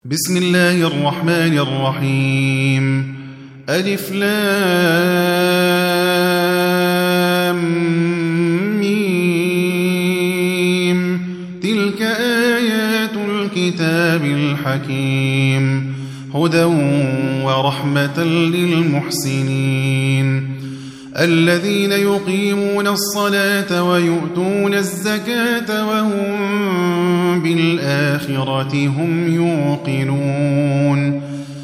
بسم الله الرحمن الرحيم. ألف لام ميم. تلك آيات الكتاب الحكيم هدى ورحمة للمحسنين الذين يقيمون الصلاة ويؤتون الزكاة وهم بالآخرة هم يوقنون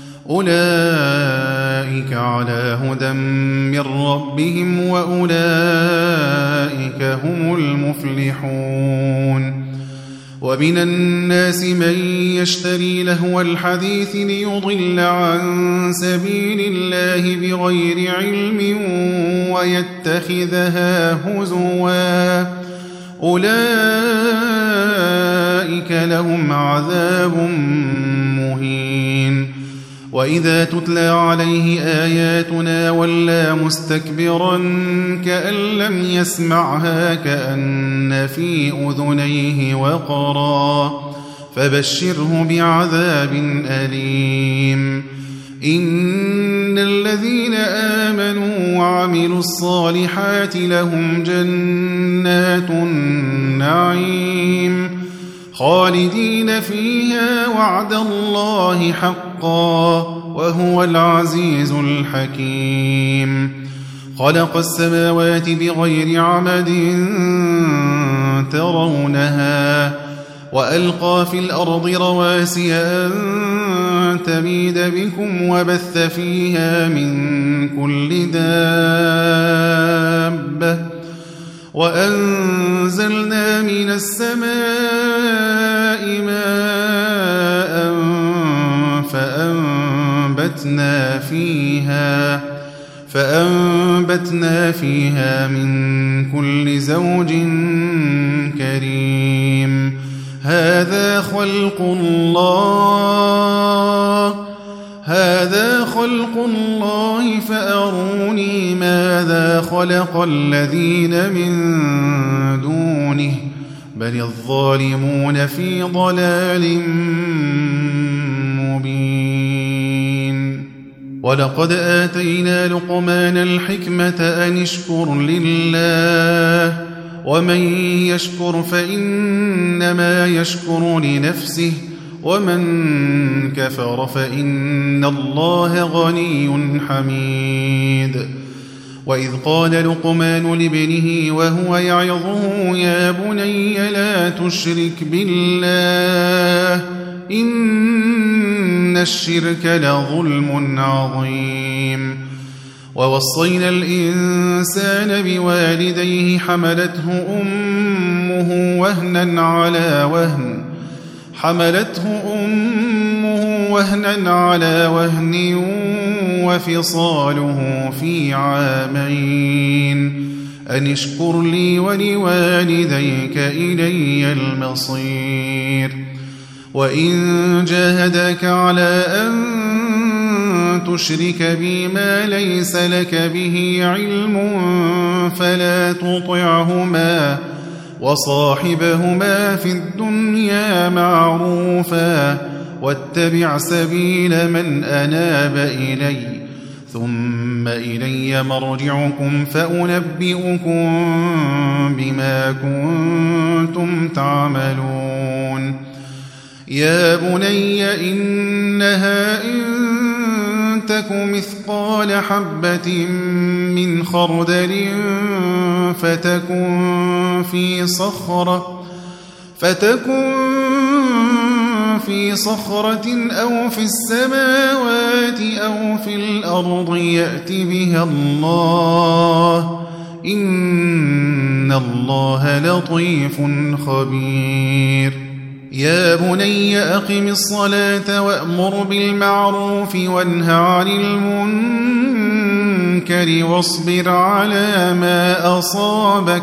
أولئك على هدى من ربهم وأولئك هم المفلحون. ومن الناس من يشتري لهو الحديث ليضل عن سبيل الله بغير علم ويتخذها هزوا أولئك لهم عذاب مهين. وإذا تتلى عليه آياتنا ولى مستكبرا كأن لم يسمعها كأن في أذنيه وقرا فبشره بعذاب أليم. إن الذين آمنوا وعملوا الصالحات لهم جنات النعيم خالدين فيها وعد الله حقا وهو العزيز الحكيم. خلق السماوات بغير عمد ترونها وألقى في الأرض رواسي أن تميد بكم وبث فيها من كل دابة وأنزلنا من السماء ماء فأنبتنا فيها من كل زوج كريم. هذا خلق الله فأروني ماذا خلق الذين من دونه بل الظالمون في ضلال مبين. ولقد آتينا لقمان الحكمة أن اشكر لله ومن يشكر فإنما يشكر لنفسه ومن كفر فإن الله غني حميد. وإذ قال لقمان لابنه وهو يعظه يا بني لا تشرك بالله إن الشرك لظلم عظيم. ووصينا الإنسان بوالديه حملته أمه وهنا على وهن وفصاله في عامين أن اشكر لي ولوالديك إلي المصير. وإن جاهداك على أن تشرك بي ما ليس لك به علم فلا تطعهما وصاحبهما في الدنيا معروفا واتبع سبيل من أناب إلي ثم إلي مرجعكم فأنبئكم بما كنتم تعملون. يا بني إنها إن تك مثقال حبة من خردل فتكن في صخرة أو في السماوات أو في الأرض يأت بها الله إن الله لطيف خبير. يا بني أقم الصلاة وأمر بالمعروف وانه عن المنكر واصبر على ما أصابك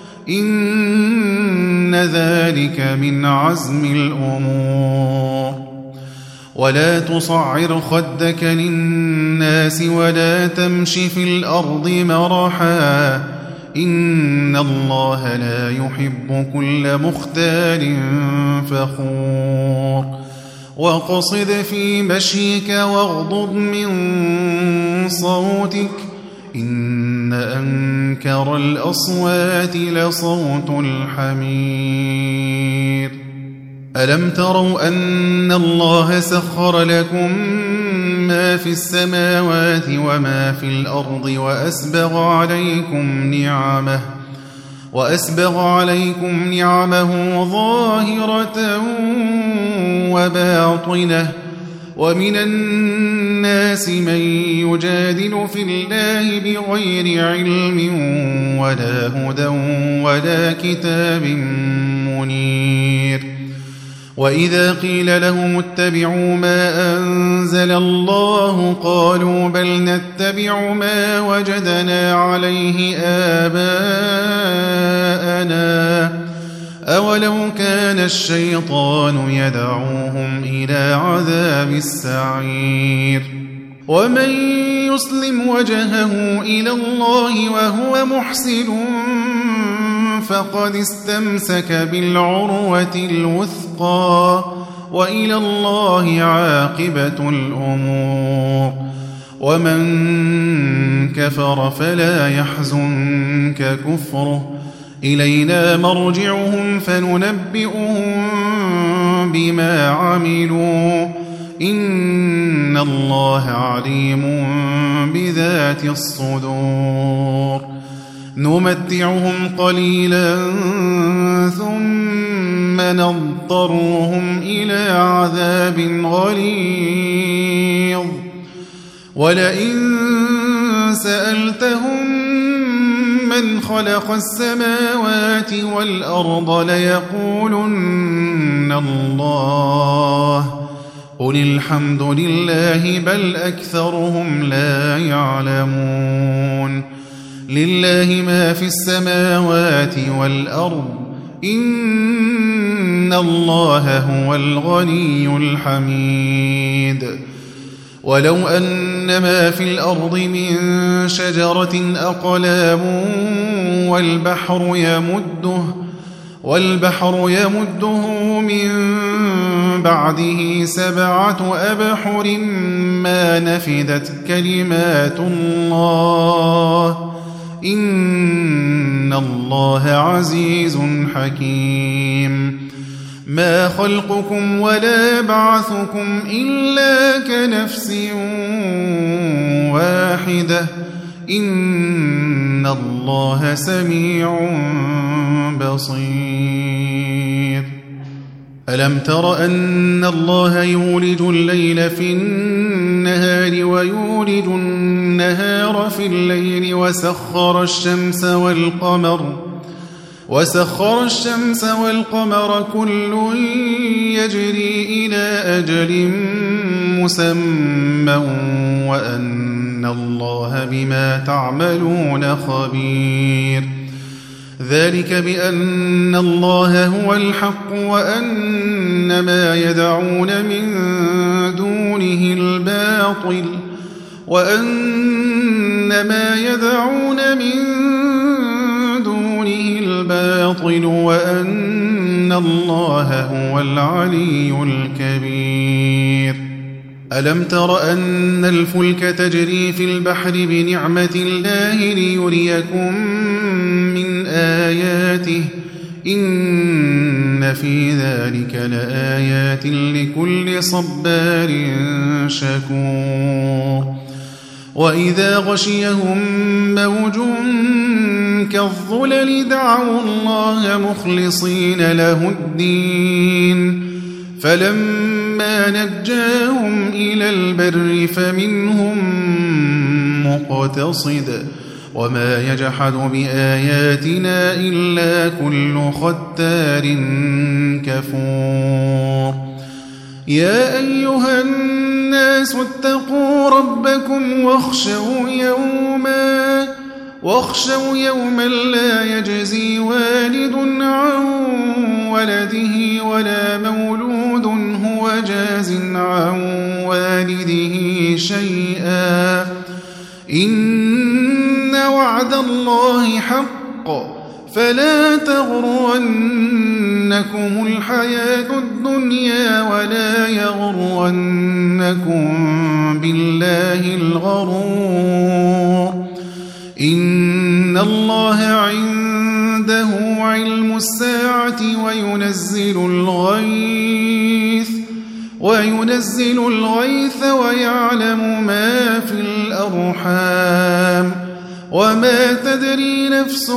إن ذلك من عزم الأمور. ولا تصعر خدك للناس ولا تمش في الأرض مرحا إن الله لا يحب كل مختال فخور وَاقْصِدْ فِي مَشْيِكَ وَاغْضُضْ مِنْ صَوْتِكَ إِنَّ أَنكَرَ الْأَصْوَاتِ لَصَوْتُ الْحَمِيرِ أَلَمْ تَرَوْا أَنَّ اللَّهَ سَخَّرَ لَكُم مَّا فِي السَّمَاوَاتِ وَمَا فِي الْأَرْضِ وَأَسْبَغَ عَلَيْكُمْ نِعَمَهُ ظَاهِرَةً وَبَاطِنَةً وَمِنَ النَّاسِ مَن يُجَادِلُ فِي اللَّهِ بِغَيْرِ عِلْمٍ وَلَا هُدًى وَلَا كِتَابٍ مُّنِيرٍ وَإِذَا قِيلَ لَهُمُ اتَّبِعُوا مَا أَنزَلَ اللَّهُ قَالُوا بَلْ نَتَّبِعُ مَا وَجَدْنَا عَلَيْهِ آبَاءَنَا أَوَلَوْ كَانَ الشَّيْطَانُ يَدْعُوهُمْ إِلَىٰ عَذَابِ السَّعِيرِ وَمَن يُسْلِمْ وَجْهَهُ إِلَى اللَّهِ وَهُوَ مُحْسِنٌ فقد استمسك بالعروة الوثقى وإلى الله عاقبة الأمور ومن كفر فلا يحزنك كفره إلينا مرجعهم فننبئهم بما عملوا إن الله عليم بذات الصدور نمتعهم قليلا ثم نضطرهم إلى عذاب غليظ ولئن سألتهم من خلق السماوات والأرض ليقولن الله قل الحمد لله بل أكثرهم لا يعلمون لله ما في السماوات والأرض إن الله هو الغني الحميد ولو أن ما في الأرض من شجرة أقلام والبحر يمده من بعده 7 أبحر ما نفدت كلمات الله إن الله عزيز حكيم ما خلقكم ولا بعثكم إلا كنفس واحدة إن الله سميع بصير ألم تر أن الله يولج الليل في النهار ويولج النهار في الليل وسخر الشمس والقمر كل يجري إلى أجل مسمى وأن الله بما تعملون خبير ذلك بأن الله هو الحق وأن ما يدعون من دونه الباطل وأن الله هو العلي الكبير ألم تر أن الفلك تجري في البحر بنعمة الله ليريكم من آياته إن في ذلك لآيات لكل صبار شكور وإذا غشيهم موج كالظلل دعوا الله مخلصين له الدين فلما نجاهم إلى البر فمنهم مقتصد وما يجحد بآياتنا إلا كل ختار كفور يا أيها الناس اتقوا ربكم واخشوا يوما لا يجزي والد عن ولده ولا مولود هو جاز عن والده شيئا إن وعد الله حق فلا تغرنكم تغرنكم الحياة الدنيا ولا يغرنكم بالله الغرور إن الله عنده علم الساعة وينزل الغيث ويعلم ما في الأرحام وما تدري نفس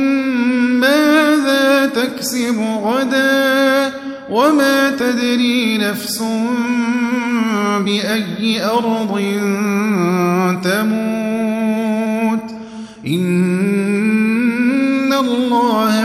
ماذا تكسب غدا وما تدري نفس بأي أرض تموت إن الله